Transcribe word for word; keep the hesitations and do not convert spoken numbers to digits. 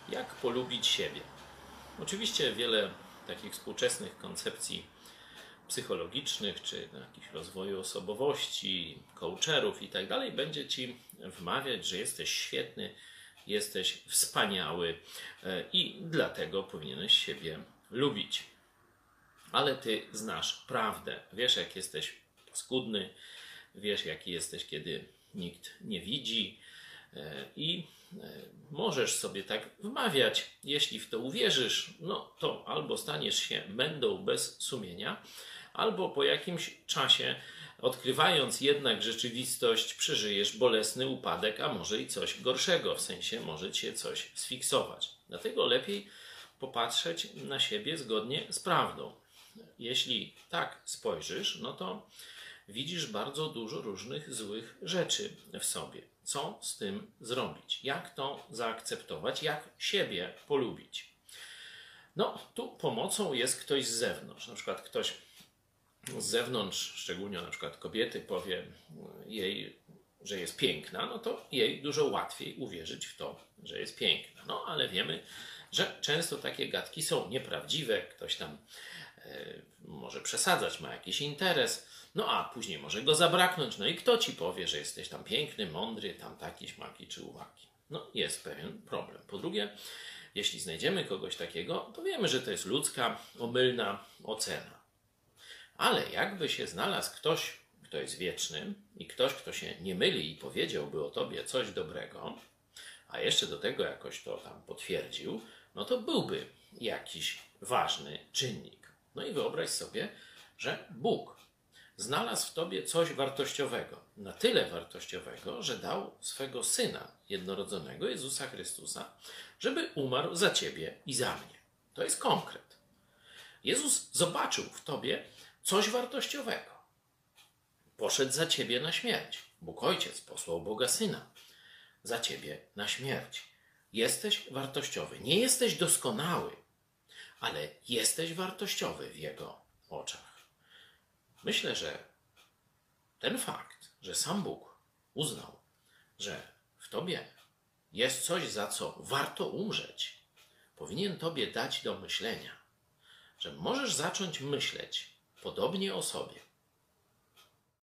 Jak polubić siebie? Oczywiście wiele takich współczesnych koncepcji psychologicznych, czy jakichś rozwoju osobowości, coacherów i tak dalej będzie Ci wmawiać, że jesteś świetny, jesteś wspaniały i dlatego powinieneś siebie lubić. Ale Ty znasz prawdę. Wiesz, jak jesteś paskudny, wiesz, jaki jesteś, kiedy nikt nie widzi i możesz sobie tak wmawiać. Jeśli w to uwierzysz, no to albo staniesz się mędą bez sumienia, albo po jakimś czasie, odkrywając jednak rzeczywistość, przeżyjesz bolesny upadek, a może i coś gorszego, w sensie może Cię coś sfiksować. Dlatego lepiej popatrzeć na siebie zgodnie z prawdą. Jeśli tak spojrzysz, no to widzisz bardzo dużo różnych złych rzeczy w sobie. Co z tym zrobić? Jak to zaakceptować? Jak siebie polubić? No, tu pomocą jest ktoś z zewnątrz. Na przykład ktoś z zewnątrz, szczególnie na przykład kobiety, powie jej, że jest piękna, no to jej dużo łatwiej uwierzyć w to, że jest piękna. No, ale wiemy, że często takie gadki są nieprawdziwe. Ktoś tam e, może przesadzać, ma jakiś interes, no a później może go zabraknąć. No i kto Ci powie, że jesteś tam piękny, mądry, tam taki, śmaki czy uwagi? No, jest pewien problem. Po drugie, jeśli znajdziemy kogoś takiego, to wiemy, że to jest ludzka, omylna ocena. Ale jakby się znalazł ktoś, kto jest wieczny i ktoś, kto się nie myli i powiedziałby o Tobie coś dobrego, a jeszcze do tego jakoś to tam potwierdził, no to byłby jakiś ważny czynnik. No i wyobraź sobie, że Bóg znalazł w Tobie coś wartościowego, na tyle wartościowego, że dał swego Syna jednorodzonego, Jezusa Chrystusa, żeby umarł za Ciebie i za mnie. To jest konkret. Jezus zobaczył w Tobie coś wartościowego. Poszedł za Ciebie na śmierć. Bóg Ojciec posłał Boga Syna za Ciebie na śmierć. Jesteś wartościowy. Nie jesteś doskonały, ale jesteś wartościowy w Jego oczach. Myślę, że ten fakt, że sam Bóg uznał, że w Tobie jest coś, za co warto umrzeć, powinien Tobie dać do myślenia, że możesz zacząć myśleć podobnie o sobie.